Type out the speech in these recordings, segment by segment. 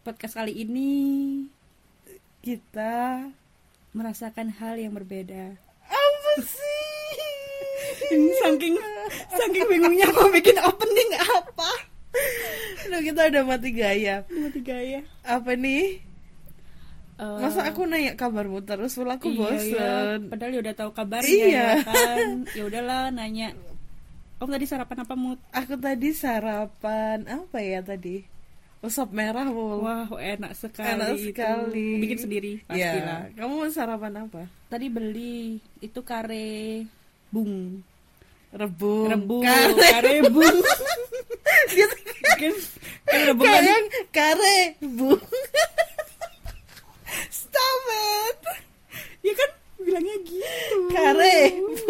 podcast kali ini kita merasakan hal yang berbeda. apa sih? Ini saking bingungnya mau bikin opening apa? Aduh, kita udah mati gaya. Mati gaya. Apa nih? Masa aku nanya kabarmu terus, malah aku bosen. Iya. Padahal ya udah tahu kabarnya Iya. ya kan. Ya udahlah nanya. Kamu tadi sarapan apa, Mut? Aku tadi sarapan apa ya tadi? Sop merah, Mul. Wah, enak sekali. Enak sekali. Itu. Bikin sendiri pastilah. Ya. Kamu sarapan apa? Tadi beli itu kare bung. Rebung. Kare bung. Dia Kan rebung kan. kayak kare bung. Stop it. Ya kan bilangnya gitu. Kare.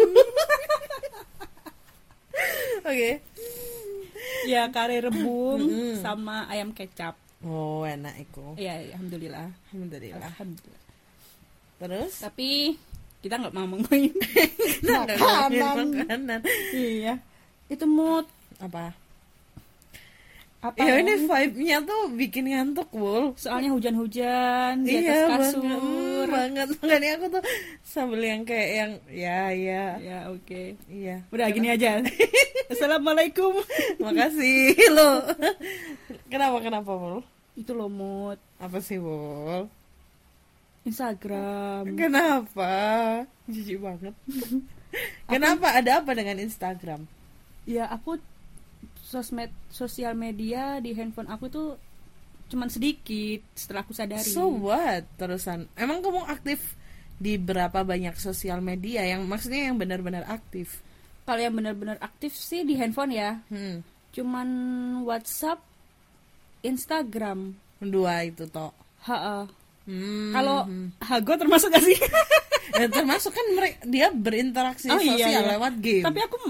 Oke. Ya kare rebung sama ayam kecap. Oh, enak itu. Iya, alhamdulillah. Alhamdulillah. Terus? Tapi kita nggak mau ngomongin Nggak ngomongin makanan. Iya. Itu mood Apa? apa Ya ya? ini vibe-nya tuh bikin ngantuk, Wul. Soalnya hujan-hujan di Iya atas kasur. banget. Makanya aku tuh sambil yang kayak yang ya. Ya, oke. Iya. Udah gini aja. Assalamualaikum. Makasih lo. Kenapa, Wul? Itu loh mood Apa sih, Wul? Instagram. Kenapa? Jijik banget. Kenapa? Ada apa dengan Instagram? Ya aku sosial media di handphone aku tuh cuman sedikit setelah aku sadari. So what? Terusan. Emang kamu aktif di berapa banyak sosial media yang maksudnya yang benar-benar aktif? Kalau yang benar-benar aktif sih di handphone ya. Cuman WhatsApp, Instagram. Dua itu toh. Kalau Hago termasuk gak sih? Ya, termasuk kan dia berinteraksi sosial lewat game. Tapi aku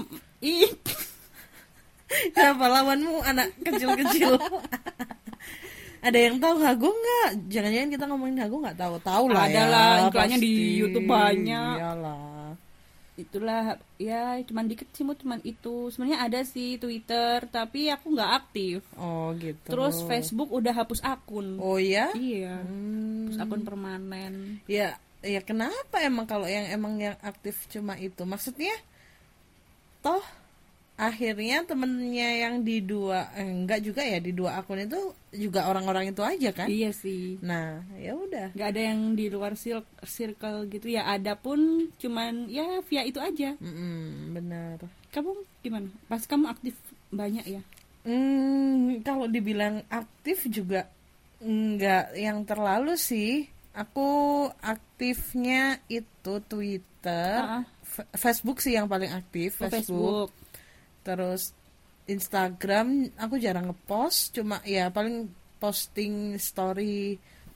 Kenapa lawanmu anak kecil-kecil? Ada yang tahu Hago nggak? Jangan-jangan kita ngomongin Hago nggak tahu? Tahu lah ya. Ada lah, iklannya di pasti. YouTube banyak. Iyalah. Itulah ya, cuman dikit sih, cuman itu. Sebenarnya ada sih Twitter, tapi aku nggak aktif. Oh gitu. Terus Facebook udah hapus akun. Oh ya? Iya. Hapus akun permanen. Ya kenapa emang kalau yang aktif cuma itu? Maksudnya toh akhirnya temennya yang di dua enggak juga ya, di dua akun itu juga orang-orang itu aja kan? Iya sih. Nah, ya udah. Nggak ada yang di luar circle gitu ya. Ada pun cuman ya via itu aja. Benar. Kamu gimana? Pas kamu aktif banyak ya? Kalau dibilang aktif juga enggak yang terlalu sih. Aku aktifnya itu Twitter, Facebook sih yang paling aktif. Facebook. Terus Instagram aku jarang ngepost, cuma ya paling posting story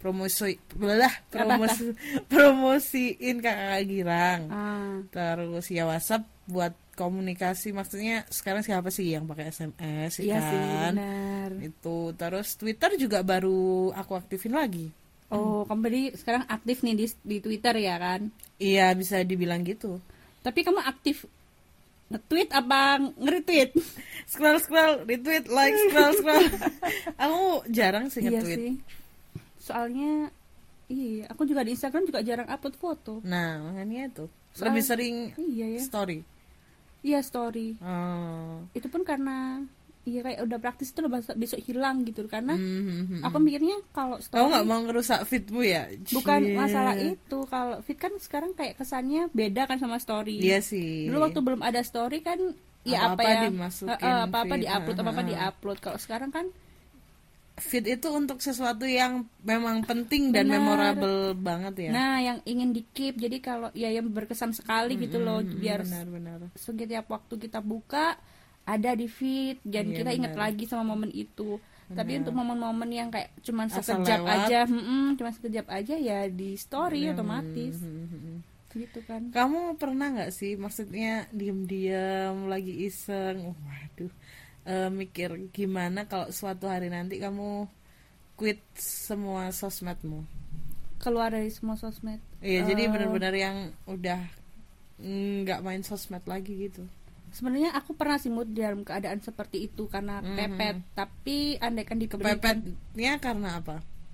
promosiin kakak Girang. Terus ya WhatsApp buat komunikasi, maksudnya sekarang siapa sih yang pakai SMS iya kan? sih, benar. Itu terus Twitter juga baru aku aktifin lagi. Oh, kamu berarti sekarang aktif nih di Twitter ya kan? Iya, bisa dibilang gitu. Tapi kamu aktif nge-tweet apa nge-retweet? Scroll, retweet, like, scroll. Aku jarang sih nge-tweet. Iya sih. Soalnya aku juga di Instagram juga jarang upload foto. Nah, makanya itu. Lebih sering story. Iya, story. Itu pun karena kayak udah praktis itu udah besok hilang gitu, karena aku mikirnya kalau story kamu nggak mau ngerusak feedmu ya? Bukan masalah itu, kalau feed kan sekarang kayak kesannya beda kan sama story. Iya sih. Dulu waktu belum ada story kan ya apa dimasukin apa diupload. Kalau sekarang kan feed itu untuk sesuatu yang memang penting dan memorable banget ya. Nah, yang ingin di keep, jadi kalau yang berkesan sekali gitu loh, biar benar. setiap waktu kita buka ada di feed dan kita ingat lagi sama momen itu. Tapi untuk momen-momen yang kayak cuman sekejap aja ya di story otomatis. Gitu kan. Kamu pernah nggak sih, maksudnya diam-diam lagi iseng, mikir gimana kalau suatu hari nanti kamu quit semua sosmedmu? Keluar dari semua sosmed. Iya, jadi benar-benar yang udah nggak main sosmed lagi gitu. Sebenarnya aku pernah sih mood dalam keadaan seperti itu karena pepet, tapi andaikan diberikan kepepetnya karena apa?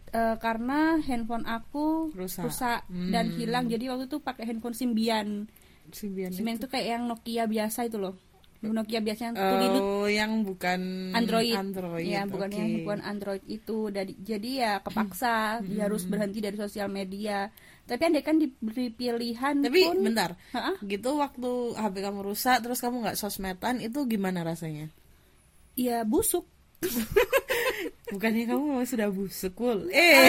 karena handphone aku rusak dan hilang. Jadi waktu itu pakai handphone Symbian itu kayak yang Nokia biasa itu loh. Nokia biasanya yang bukan Android. Ya, bukan yang handphone Android itu. Jadi ya kepaksa harus berhenti dari sosial media. Tapi andai kan diberi pilihan tapi pun, bentar. Gitu waktu HP kamu rusak terus kamu enggak sosmedan, itu gimana rasanya? Ya busuk. Bukannya kamu sudah busuk, Wul?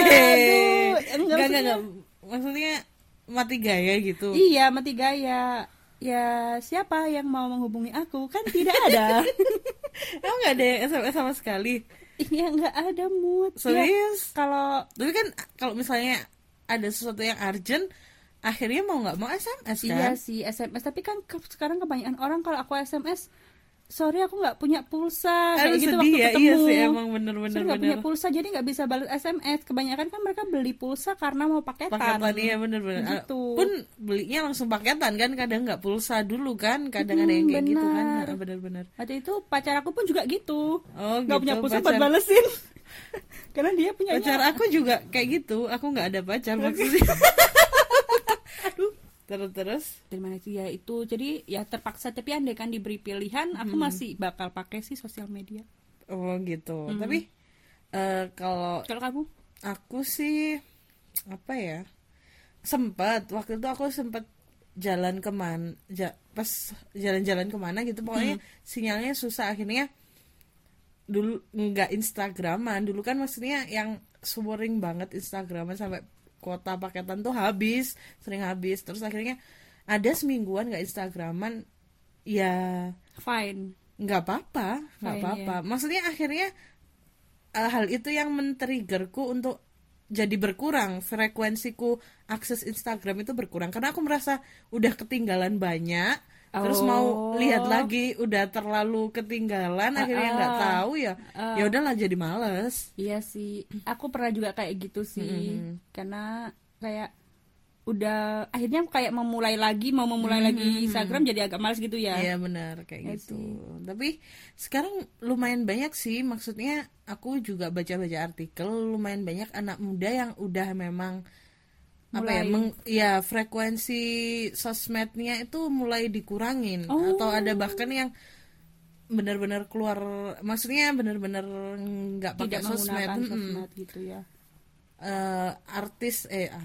Enggak. Maksudnya mati gaya gitu. Iya, mati gaya. Ya siapa yang mau menghubungi aku, kan tidak ada. Emang nggak ada yang SMS sama sekali? Iya, nggak ada mood. Serius? Ya, tapi kan kalau misalnya ada sesuatu yang urgent, akhirnya mau nggak mau SMS kan? Iya sih, SMS. Tapi kan sekarang kebanyakan orang kalau aku SMS, sorry aku nggak punya pulsa, kayak gitu waktu ketemu. Iya sih, emang bener-bener. Nggak punya pulsa, jadi nggak bisa balas SMS. Kebanyakan kan mereka beli pulsa karena mau paketan. Iya bener-bener. Gitu. Pun belinya langsung paketan kan, kadang nggak pulsa dulu kan, kadang ada yang kayak gitu kan. Nah, bener-bener. Waktu itu pacar aku pun juga gitu. Nggak gitu, punya pulsa buat balesin. Karena dia punya. Pacar aku juga kayak gitu. Aku nggak ada pacar maksudnya. Aduh. Terus dari mana itu ya itu, jadi ya terpaksa. Tapi andai kan diberi pilihan, aku masih bakal pakai sih sosial media. Gitu. Tapi kalau kamu? Aku sih apa ya, waktu itu aku sempat jalan pas jalan-jalan kemana gitu, pokoknya sinyalnya susah. Akhirnya dulu nggak Instagraman, dulu kan maksudnya yang sering banget Instagraman sampai kuota paketan tuh sering habis. Terus akhirnya ada semingguan nggak Instagraman, ya fine, nggak apa-apa. Ya. Maksudnya akhirnya hal itu yang men-triggerku untuk jadi berkurang, frekuensiku akses Instagram itu berkurang karena aku merasa udah ketinggalan banyak. Terus mau lihat lagi udah terlalu ketinggalan, akhirnya nggak tahu ya udahlah jadi males. Iya sih, aku pernah juga kayak gitu sih. Karena kayak udah akhirnya kayak mau memulai lagi Instagram jadi agak males gitu ya. Iya benar kayak gitu. Tapi sekarang lumayan banyak sih, maksudnya aku juga baca-baca artikel, lumayan banyak anak muda yang udah memang frekuensi sosmednya itu mulai dikurangin. Atau ada bahkan yang benar-benar keluar, maksudnya benar-benar nggak pakai sosmed gitu ya. Artis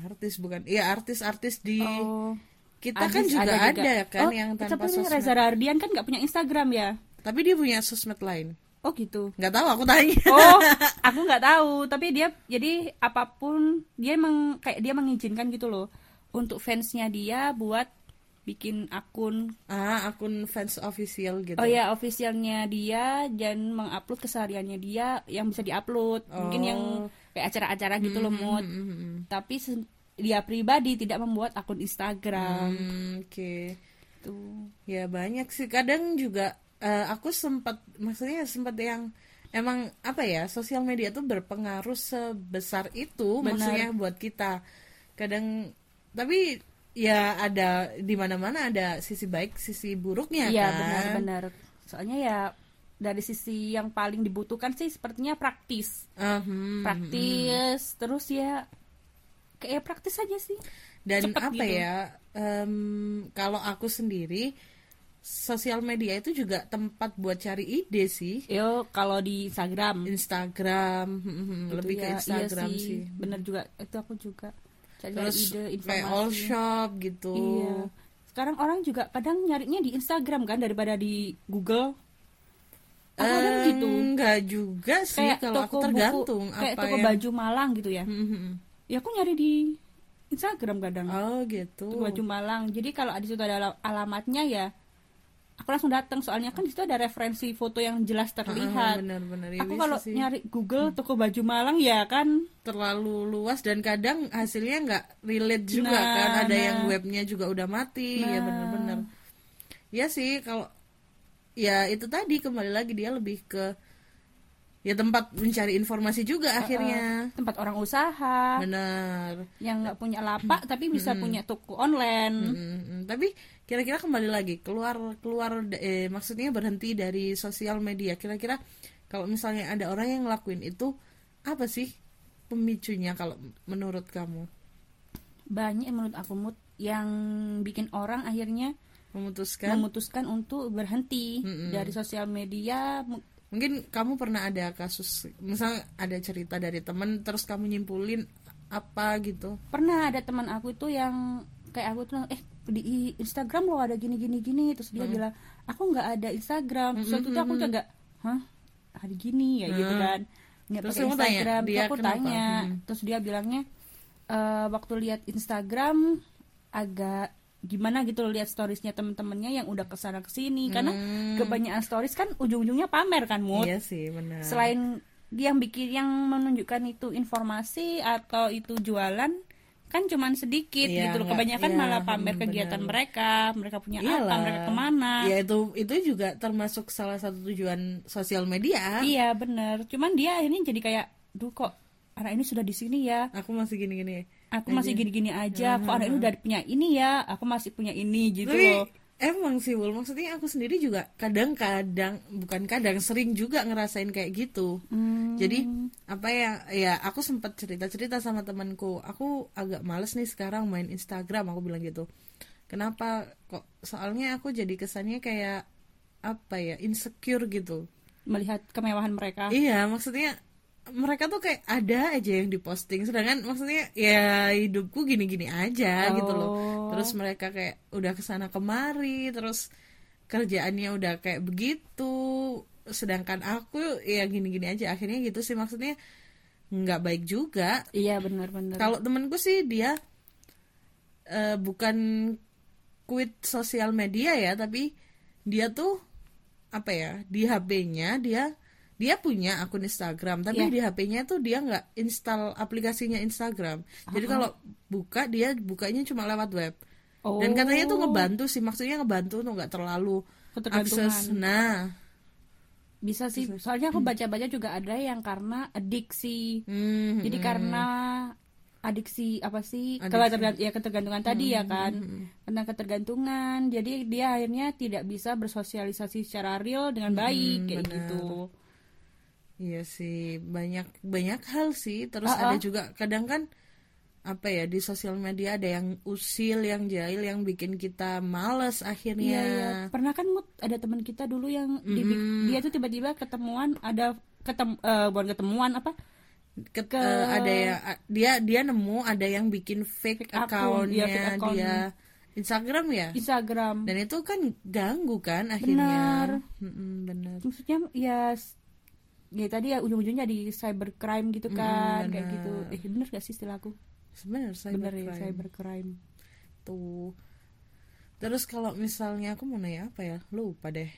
di kita kan juga ada kan yang tanpa sosmed. Reza Rahardian kan nggak punya Instagram ya, tapi dia punya sosmed lain. Oh gitu. Nggak tahu, aku tanya. Aku nggak tahu. Tapi dia jadi apapun dia emang kayak dia mengizinkan gitu loh untuk fansnya dia buat bikin akun fans official gitu. Oh ya, officialnya dia dan mengupload kesehariannya dia yang bisa diupload. Mungkin yang kayak acara-acara gitu loh mood. Tapi dia pribadi tidak membuat akun Instagram. Oke. Tuh. Ya banyak sih. Kadang juga aku sempat yang emang sosial media tuh berpengaruh sebesar itu. Benar. Maksudnya buat kita kadang, tapi ya ada di mana-mana ada sisi baik sisi buruknya. Iya, kan. Benar soalnya ya dari sisi yang paling dibutuhkan sih sepertinya praktis. Terus ya kayak praktis aja sih. Dan cepet gitu. Kalau aku sendiri, sosial media itu juga tempat buat cari ide sih. Kalau di Instagram gitu lebih ke Instagram iya sih. Bener juga, itu aku juga cari ide, informasi. Kayak all shop gitu. Iya. Sekarang orang juga kadang nyarinya di Instagram kan daripada di Google. Kadang gitu. Enggak juga sih, kalau aku tergantung kayak toko baju Malang gitu ya. Ya aku nyari di Instagram kadang. Gitu. Toko baju Malang. Jadi kalau di situ ada alamatnya ya aku langsung datang, soalnya kan di situ ada referensi foto yang jelas terlihat. Benar-benar. Aku kalau nyari Google toko baju Malang ya kan terlalu luas dan kadang hasilnya nggak relate juga kan. Ada yang webnya juga udah mati. Ya benar-benar. Ya sih, kalau ya itu tadi kembali lagi dia lebih ke ya tempat mencari informasi juga akhirnya. Tempat orang usaha. Benar. Yang nggak punya lapak tapi bisa punya toko online. Tapi kira-kira kembali lagi keluar maksudnya berhenti dari sosial media. Kira-kira kalau misalnya ada orang yang ngelakuin itu, apa sih pemicunya kalau menurut kamu? Banyak menurut aku Mut yang bikin orang akhirnya memutuskan untuk berhenti dari sosial media. Mungkin kamu pernah ada kasus, misal ada cerita dari teman terus kamu nyimpulin apa gitu? Pernah ada teman aku itu yang kayak aku tuh di Instagram lo ada gini terus dia bilang aku nggak ada Instagram. Terus waktu itu aku juga ada gini ya gitu kan, nggak pakai Instagram. Terus aku tanya, terus dia bilangnya waktu lihat Instagram agak gimana gitu, lihat storiesnya temen-temennya yang udah kesana kesini, karena kebanyakan stories kan ujung-ujungnya pamer kan Mut. Iya sih benar. Selain dia yang menunjukkan itu informasi atau itu jualan kan cuman sedikit gitu loh, kebanyakan malah pamer kegiatan mereka punya apa, mereka kemana. Ya itu juga termasuk salah satu tujuan sosial media. Iya benar, cuman dia akhirnya jadi kayak, duh kok anak ini sudah di sini ya, aku masih gini-gini aja, kok anak ini udah punya ini ya, aku masih punya ini gitu. Tapi, loh emang sih Wul, maksudnya aku sendiri juga kadang-kadang, bukan kadang, sering juga ngerasain kayak gitu. Jadi apa ya aku sempat cerita sama temanku, aku agak males nih sekarang main Instagram, aku bilang gitu. Kenapa kok? Soalnya aku jadi kesannya kayak apa ya, insecure gitu melihat kemewahan mereka. Iya, maksudnya mereka tuh kayak ada aja yang diposting, sedangkan maksudnya ya hidupku gini-gini aja gitu loh. Terus mereka kayak udah kesana kemari, terus kerjaannya udah kayak begitu, sedangkan aku ya gini-gini aja. Akhirnya gitu sih, maksudnya nggak baik juga. Iya benar. Kalau temenku sih dia bukan quit sosial media ya, tapi dia tuh apa ya, di HP-nya dia punya akun Instagram, tapi di HP-nya tuh dia nggak install aplikasinya Instagram. Jadi kalau buka, dia bukanya cuma lewat web. Dan katanya tuh ngebantu sih, maksudnya ngebantu tuh nggak terlalu akses. Nah, bisa sih, soalnya aku baca-baca juga ada yang karena adiksi. Jadi karena adiksi apa sih? Kalau ketergantungan tadi ya kan. Karena ketergantungan, jadi dia akhirnya tidak bisa bersosialisasi secara real dengan baik kayak gitu. Iya sih, banyak hal sih. Terus ada juga kadang kan apa ya, di sosial media ada yang usil, yang jahil, yang bikin kita males akhirnya. Iya. Pernah kan Mut, ada teman kita dulu yang dia tuh tiba-tiba ketemuan, bukan ketemuan apa? Ada ya, dia nemu ada yang bikin fake account-nya dia Instagram ya. Instagram. Dan itu kan ganggu kan akhirnya. Benar. Maksudnya ya tadi ya ujung-ujungnya di cybercrime gitu kan, kayak gitu. Bener gak sih istilahku? Bener cybercrime. Tuh. Terus kalau misalnya aku mau nanya apa ya? Lupa deh.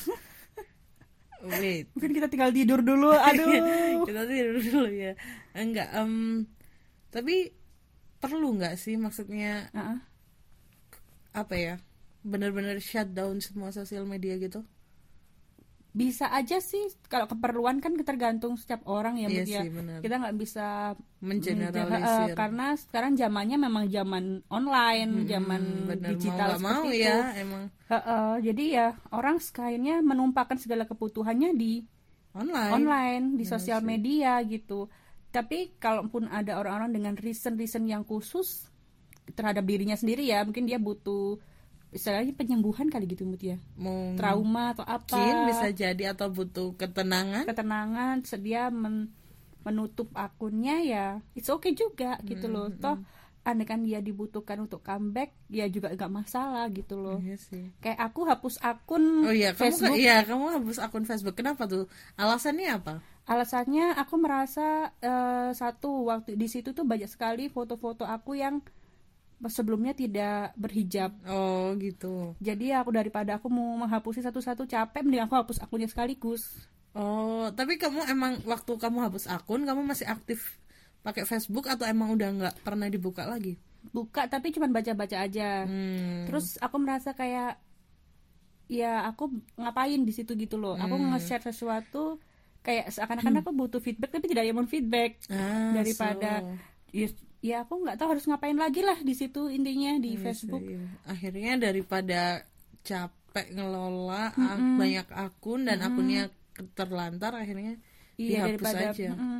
Wait. Mungkin kita tinggal tidur dulu. Aduh. Kita tidur dulu ya. Enggak. Tapi perlu nggak sih, maksudnya apa ya? Benar-benar shutdown semua sosial media gitu? Bisa aja sih, kalau keperluan kan tergantung setiap orang ya. Iya sih, benar. Kita nggak bisa mengeneralisir karena sekarang zamannya memang zaman online, zaman digital seperti itu ya, emang. Jadi ya orang akhirnya menumpahkan segala kebutuhannya di online di sosial media gitu. Tapi kalaupun ada orang-orang dengan reason yang khusus terhadap dirinya sendiri ya, mungkin dia butuh istilahnya penyembuhan kali gitu Mut ya, trauma atau apa, mungkin bisa jadi, atau butuh ketenangan, sedia menutup akunnya ya, it's okay juga gitu loh. Toh andai kan dia dibutuhkan untuk comeback ya juga nggak masalah gitu loh. Iya sih. Kayak aku hapus akun Facebook. Kamu hapus akun Facebook, kenapa tuh? Alasannya apa? Alasannya aku merasa satu, waktu di situ tuh banyak sekali foto-foto aku yang sebelumnya tidak berhijab. Oh gitu. Jadi aku daripada aku mau menghapusi satu-satu capek, mending aku hapus akunnya sekaligus. Oh, tapi kamu emang waktu kamu hapus akun, kamu masih aktif pakai Facebook atau emang udah nggak pernah dibuka lagi? Buka, tapi cuma baca-baca aja. Terus aku merasa kayak ya aku ngapain di situ gitu loh. Aku nge-share sesuatu kayak seakan-akan aku butuh feedback tapi tidak ada yang mau feedback. Daripada ya aku nggak tahu harus ngapain lagi lah di situ, intinya di Facebook. Akhirnya daripada capek ngelola banyak akun dan akunnya terlantar, akhirnya dihapus aja.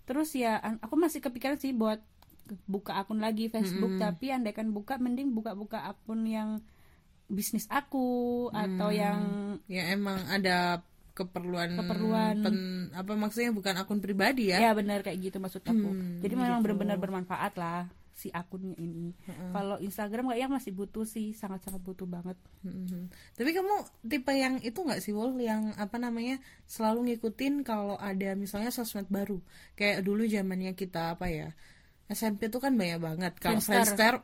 Terus ya aku masih kepikiran sih buat buka akun lagi Facebook, tapi andaikan buka mending buka akun yang bisnis aku atau yang ya emang ada keperluan apa maksudnya bukan akun pribadi ya. Ya benar kayak gitu maksud aku. Jadi memang gitu. benar-benar bermanfaat lah si akunnya ini. Kalau Instagram kayaknya masih butuh sih, sangat-sangat butuh banget. Tapi kamu tipe yang itu nggak sih Wol, yang apa namanya selalu ngikutin kalau ada misalnya sosmed baru, kayak dulu zamannya kita apa ya, SMP tuh kan banyak banget kalau Friendster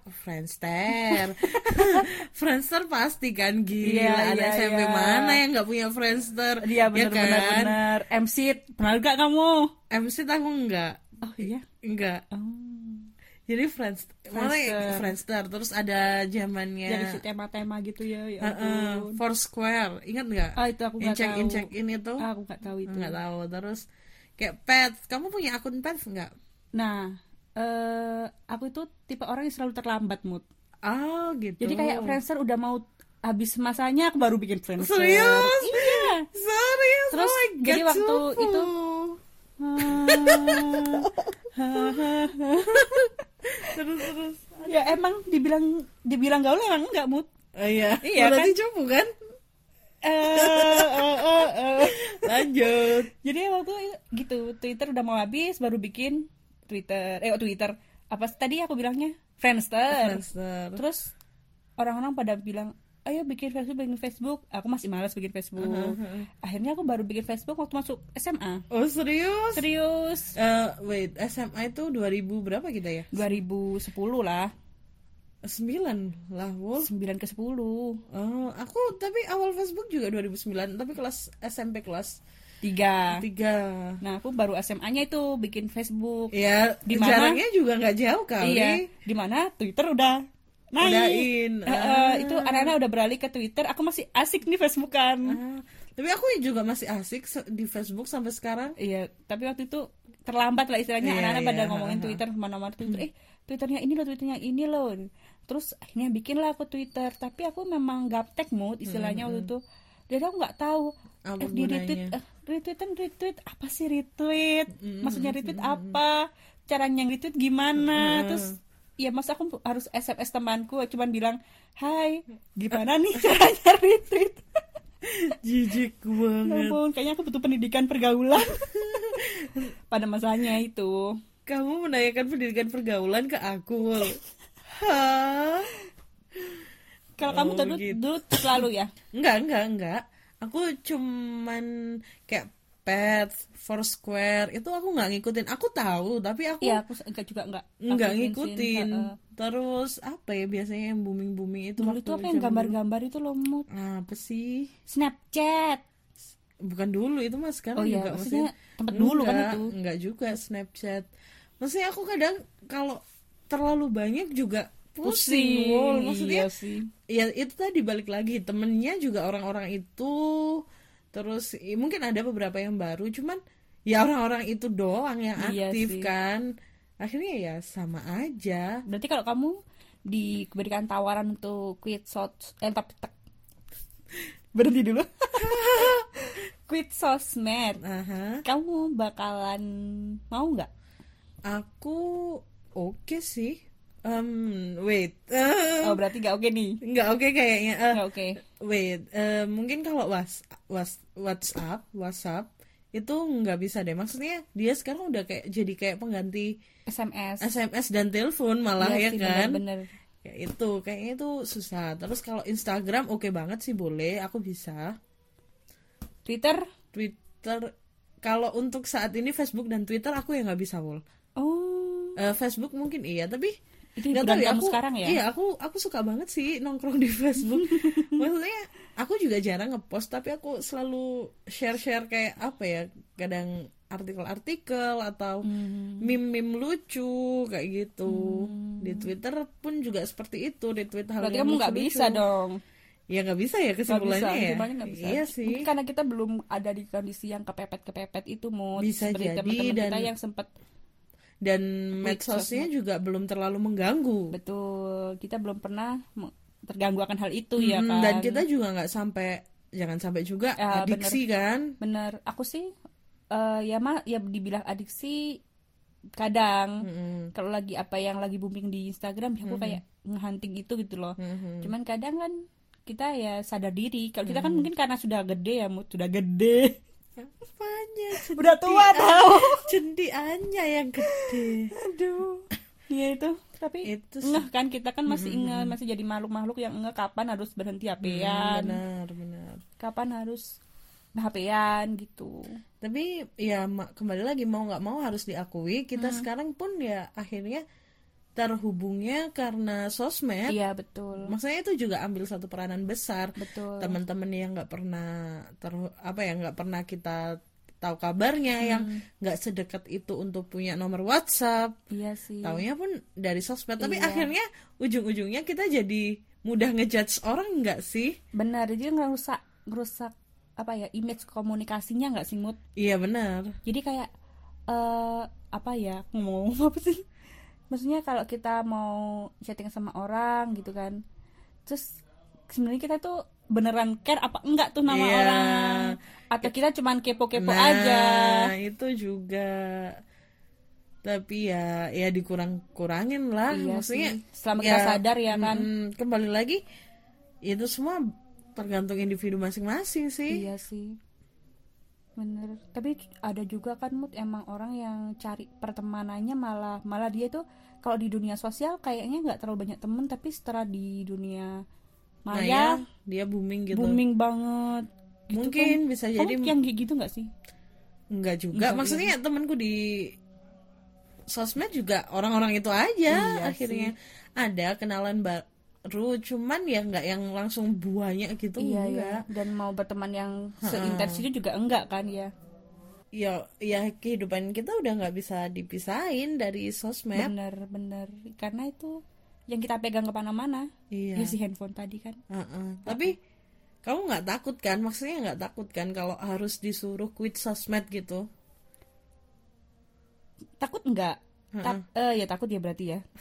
Friendster pasti kan, gila ada SMP mana yang nggak punya Friendster. Iya benar-benar kan? MC pernah gak kamu? MC aku enggak. Oh iya enggak. Jadi Friendster terus ada zamannya jadi si tema-tema gitu ya. Foursquare, ingat nggak? Itu aku nggak tahu. In itu aku nggak tahu itu. Nggak tahu. Terus kayak Pets, kamu punya akun Pets nggak? Nah aku itu tipe orang yang selalu terlambat mood. Oh gitu. Jadi kayak Friendster udah mau habis masanya aku baru bikin Friendster. Serius? Iya. Serius? Terus jadi waktu itu terus ya emang dibilang gaul emang enggak mood. Iya kan? Berarti cupu kan? Lanjut. Jadi waktu gitu Twitter udah mau habis baru bikin Twitter apa tadi aku bilangnya Friendster. Terus orang-orang pada bilang ayo bikin Facebook. Aku masih malas bikin Facebook. Akhirnya aku baru bikin Facebook waktu masuk SMA. Oh serius? Wait, SMA itu 2000 berapa kita ya? 2010 lah. 9 lah, Wol. 9 ke 10. Aku tapi awal Facebook juga 2009, tapi kelas SMP kelas 3. Nah, aku baru SMA-nya itu bikin Facebook. Ya, jaraknya juga nggak jauh kali. Iya, di mana Twitter udah naik. Itu anak-anak udah beralih ke Twitter. Aku masih asik nih Facebookan. Tapi aku juga masih asik di Facebook sampai sekarang. Iya, tapi waktu itu terlambat lah istilahnya. Anak-anak pada ngomongin Twitter, mana-mana Twitter. Twitternya ini loh. Terus akhirnya bikinlah aku Twitter. Tapi aku memang gaptek mood istilahnya waktu itu. Jadi aku nggak tahu di retweet apa sih retweet? Maksudnya retweet apa? Caranya retweet gimana? Terus ya masa aku harus SMS temanku cuman bilang, "Hai, gimana nih caranya retweet?" Jijik banget. Kayaknya aku butuh pendidikan pergaulan pada masanya itu. Kamu menanyakan pendidikan pergaulan ke aku. Hah? Kalau kamu dulu selalu ya? Enggak. Aku cuman kayak Pets, Foursquare itu aku nggak ngikutin. Aku tahu, tapi aku nggak ngikutin. Terus apa ya biasanya yang booming itu? Dulu itu apa yang gambar-gambar itu loh, Mut? Apa sih? Snapchat. Bukan dulu itu mas, sekarang juga maksudnya tempat dulu kan itu. Enggak juga Snapchat. Maksudnya aku kadang kalau terlalu banyak juga pusing. Maksudnya iya sih. Ya itu tadi balik lagi temennya juga orang-orang itu. Terus mungkin ada beberapa yang baru, cuman ya orang-orang itu doang yang aktif kan. Akhirnya ya sama aja. Berarti kalau kamu diberikan tawaran untuk quit berhenti dulu. Quit sosmed. Kamu bakalan mau nggak? Aku oke sih. Wait. Berarti nggak oke nih? Nggak oke kayaknya. Nggak oke. Wait. Mungkin kalau WhatsApp itu nggak bisa deh. Maksudnya dia sekarang udah jadi kayak pengganti SMS dan telepon malah ya kan. Bener. Ya itu kayaknya itu susah. Terus kalau Instagram oke banget sih, boleh, aku bisa. Twitter kalau untuk saat ini Facebook dan Twitter aku yang nggak bisa, Wol. Facebook mungkin iya, tapi nggak tahu ya, aku sekarang ya. Iya, aku suka banget sih nongkrong di Facebook. Maksudnya aku juga jarang ngepost, tapi aku selalu share kayak apa ya, kadang artikel atau meme lucu kayak gitu. Di Twitter pun juga seperti itu, retweet hal berarti yang kamu lucu. Nggak bisa dong. Ya nggak bisa ya kesimpulannya nggak bisa. Iya sih. Mungkin karena kita belum ada di kondisi yang kepepet itu, Mut. Bisa seperti jadi, teman-teman kita yang sempat. Dan medsosnya juga belum terlalu mengganggu. Betul, kita belum pernah terganggu akan hal itu ya kan. Dan kita juga nggak jangan sampai juga adiksi kan. Bener, aku sih ya dibilang adiksi kadang kalau lagi apa yang lagi booming di Instagram ya aku kayak ngehunting itu gitu loh. Cuman kadang kan kita ya sadar diri kalau kita kan mungkin karena sudah gede ya, sudah gede. Apanya? Udah tua tau. Cendiannya yang gede. Aduh. Iya itu. Tapi Itu ngeh kan kita kan masih ingat, masih jadi makhluk-makhluk yang ngeh kapan harus berhenti HP-an. Benar. Kapan harus HP-an gitu. Tapi ya kembali lagi mau nggak mau harus diakui kita sekarang pun ya akhirnya terhubungnya karena sosmed. Iya betul. Maksudnya itu juga ambil satu peranan besar. Betul. Teman-teman yang nggak pernah nggak pernah kita tahu kabarnya, yang nggak sedekat itu untuk punya nomor WhatsApp. Iya sih. Taunya pun dari sosmed. Tapi Iya. akhirnya ujung-ujungnya kita jadi mudah ngejudge orang nggak sih? Benar, jadi ngerusak apa ya, image komunikasinya nggak sih, Mut? Iya benar. Jadi kayak apa ya, ngomong apa sih? Maksudnya kalau kita mau chatting sama orang gitu kan, terus sebenarnya kita tuh beneran care apa enggak tuh nama Iya. orang, atau kita cuman kepo-kepo Nah, aja. itu juga. Tapi ya dikurang-kurangin lah. Iya Maksudnya sih. Selama kita sadar ya kan. Kembali lagi itu semua tergantung individu masing-masing sih. Iya sih, bener. Tapi ada juga kan, Mut, emang orang yang cari pertemanannya malah dia tuh kalau di dunia sosial kayaknya nggak terlalu banyak temen, tapi setelah di dunia maya Dia booming gitu. booming banget gitu. Mungkin kan. bisa Kamu jadi yang kayak gitu nggak sih? enggak juga. Maksudnya temanku di sosmed juga orang-orang itu aja. Iya akhirnya ada kenalan baru, cuman ya nggak yang langsung banyak gitu. Iya, enggak. iya. Dan mau berteman yang seintens itu juga enggak kan ya? Ya kehidupan kita udah nggak bisa dipisahin dari sosmed. Bener karena itu yang kita pegang kemana-mana. Iya. Ya si handphone tadi kan. Tapi kamu nggak takut kan? Maksudnya nggak takut kan kalau harus disuruh quit sosmed gitu? Takut enggak? Ya takut ya berarti ya.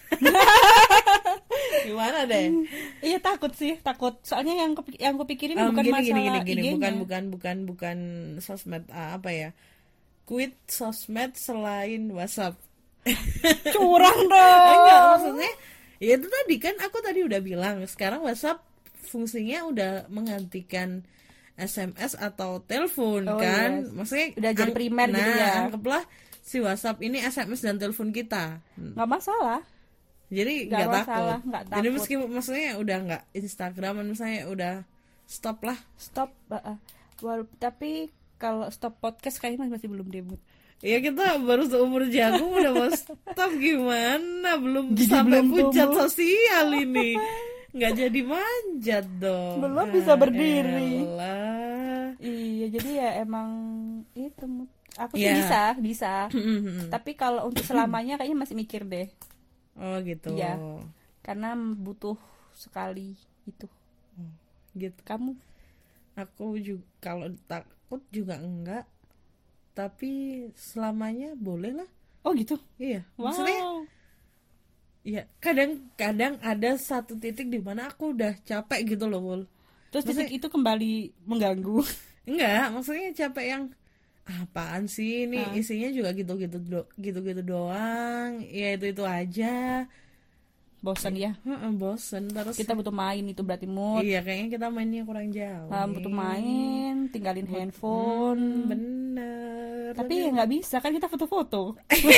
Gimana deh? Iya takut sih, takut. Soalnya yang kupikirin bukan masalah gini. IG-nya. Bukan sosmed, apa ya? Quit sosmed selain WhatsApp. Curang dong. Enggak, maksudnya ya itu tadi kan aku tadi udah bilang sekarang WhatsApp fungsinya udah menggantikan SMS atau telepon kan. Yes. Maksudnya Udah jadi primer gitu ya. Anggaplah si WhatsApp ini SMS dan telepon kita. Nggak masalah. Jadi Nggak nggak takut. masalah, nggak Jadi takut. meskipun maksudnya udah nggak Instagraman, misalnya udah stop lah. Stop. Tapi kalau stop podcast kayaknya masih belum debut. Ya kita baru seumur jagung udah mau stop gimana? Belum Gigi sampai belum pucat tumbuh. sosial ini. Nggak jadi manjat dong. Belum bisa berdiri. Elah. Iya, jadi ya emang itu. Aku sih Ya. bisa. Tapi kalau untuk selamanya kayaknya masih mikir deh. Oh gitu. Iya. Karena butuh sekali itu. Gitu. Kamu? Aku juga kalau takut juga enggak. Tapi selamanya boleh lah. Oh gitu. Iya. Wow. Maksudnya ya kadang-kadang ada satu titik di mana aku udah capek gitu loh, Wul. Terus titik itu kembali mengganggu. Enggak, maksudnya capek yang apaan sih ini isinya juga gitu-gitu doang. Ya itu aja. Bosan ya. Bosen terus. Kita butuh main itu berarti, Mood. Iya, kayaknya kita mainnya kurang jauh. Butuh main, tinggalin handphone. Bener. Tapi ya nggak bisa kan, kita foto-foto.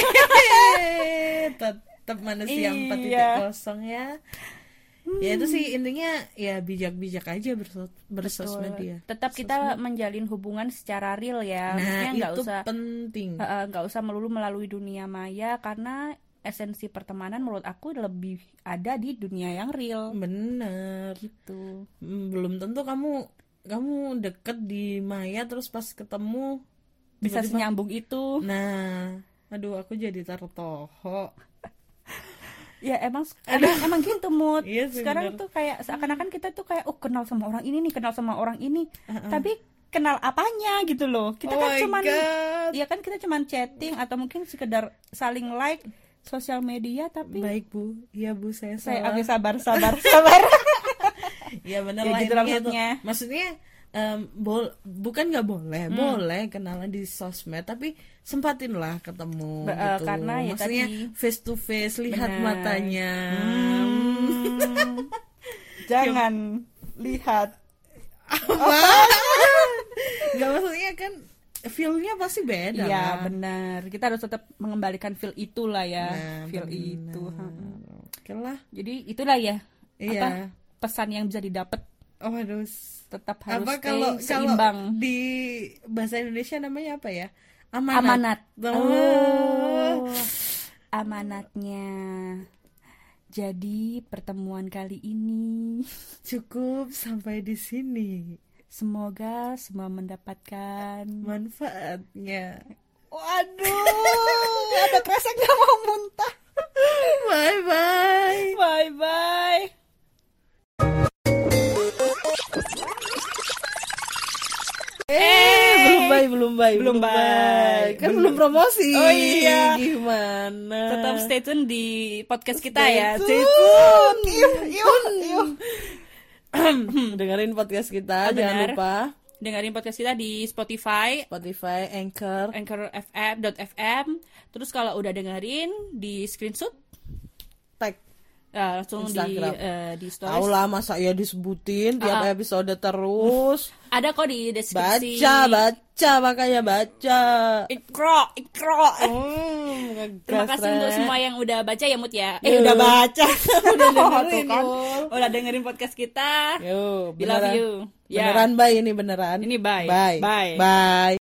Tetap manusia 4.0 ya. Ya itu sih intinya, ya bijak-bijak aja bersosmed ya. Tetap kita menjalin hubungan secara real ya. Maksudnya nggak itu usah penting. nggak usah melulu melalui dunia maya, karena esensi pertemanan menurut aku lebih ada di dunia yang real. Bener. Gitu. Belum tentu kamu deket di maya terus pas ketemu Bisa tiba-tiba, senyambung itu. nah, aduh aku jadi tertohok. Ya emang gitu, Mood. Iya sih, Sekarang bener. tuh kayak seakan-akan kita tuh kayak kenal sama orang ini nih, kenal sama orang ini. Tapi kenal apanya gitu loh. Kita Oh kan my cuman God. ya kan kita cuman chatting atau mungkin sekedar saling like sosial media, tapi Baik Bu, iya Bu saya saya salah. oke, sabar. Ya bener Ya lah gitu intinya maksudnya. Maksudnya bukan nggak boleh, boleh kenalan di sosmed, tapi sempatin lah ketemu gitu. Karena ya maksudnya tadi face to face, lihat benar. matanya. Jangan lihat Nggak, maksudnya kan feel-nya pasti beda. Iya lah. benar, kita harus tetap mengembalikan feel itulah ya. Nah, Feel benar. itu. Oke lah. Jadi itulah ya. Iya. Apa pesan yang bisa didapat, Oh aduh. tetap harus Apa stay kalau seimbang. di bahasa Indonesia namanya apa ya? Amanat. Amanat. Oh. Amanatnya. Jadi pertemuan kali ini Cukup sampai di sini. semoga semua mendapatkan Manfaatnya. Waduh, ada kresek gak mau muntah. Bye bye. Bye bye. Belum bye. Kan belum promosi. Oh iya. Gimana? Tetap stay tune di podcast kita Stay ya. tune. Stay tune. Yuk. Dengerin podcast kita, jangan Benar. lupa Dengerin podcast kita di Spotify, Anchor. Anchor.fm. Terus kalau udah dengerin di screenshot, Tag langsung Instagram. di Tahu stories. lah, masa ya disebutin tiap episode terus. Ada kok di deskripsi. Baca, makanya baca. Ikro. Terima Ngegas, kasih untuk Re. semua yang udah baca ya Mut ya. Udah baca. Udah dengerin, Tuh kan. Yul. Udah dengerin podcast kita. Yo, We love you. Ya. Beneran bye ini beneran. Ini bye. Bye. Bye. Bye.